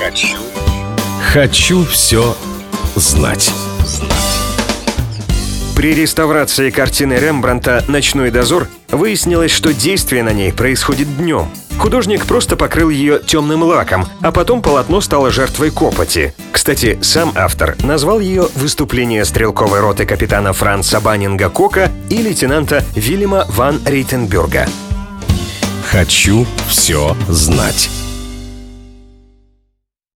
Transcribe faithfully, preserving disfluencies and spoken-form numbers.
Хочу. Хочу все знать. При реставрации картины Рембрандта «Ночной дозор» выяснилось, что действие на ней происходит днем. Художник просто покрыл ее темным лаком, а потом полотно стало жертвой копоти. Кстати, сам автор назвал ее «Выступление стрелковой роты капитана Франца Баннинга-Кока и лейтенанта Вильяма ван Рейтенбюрга». Хочу все знать.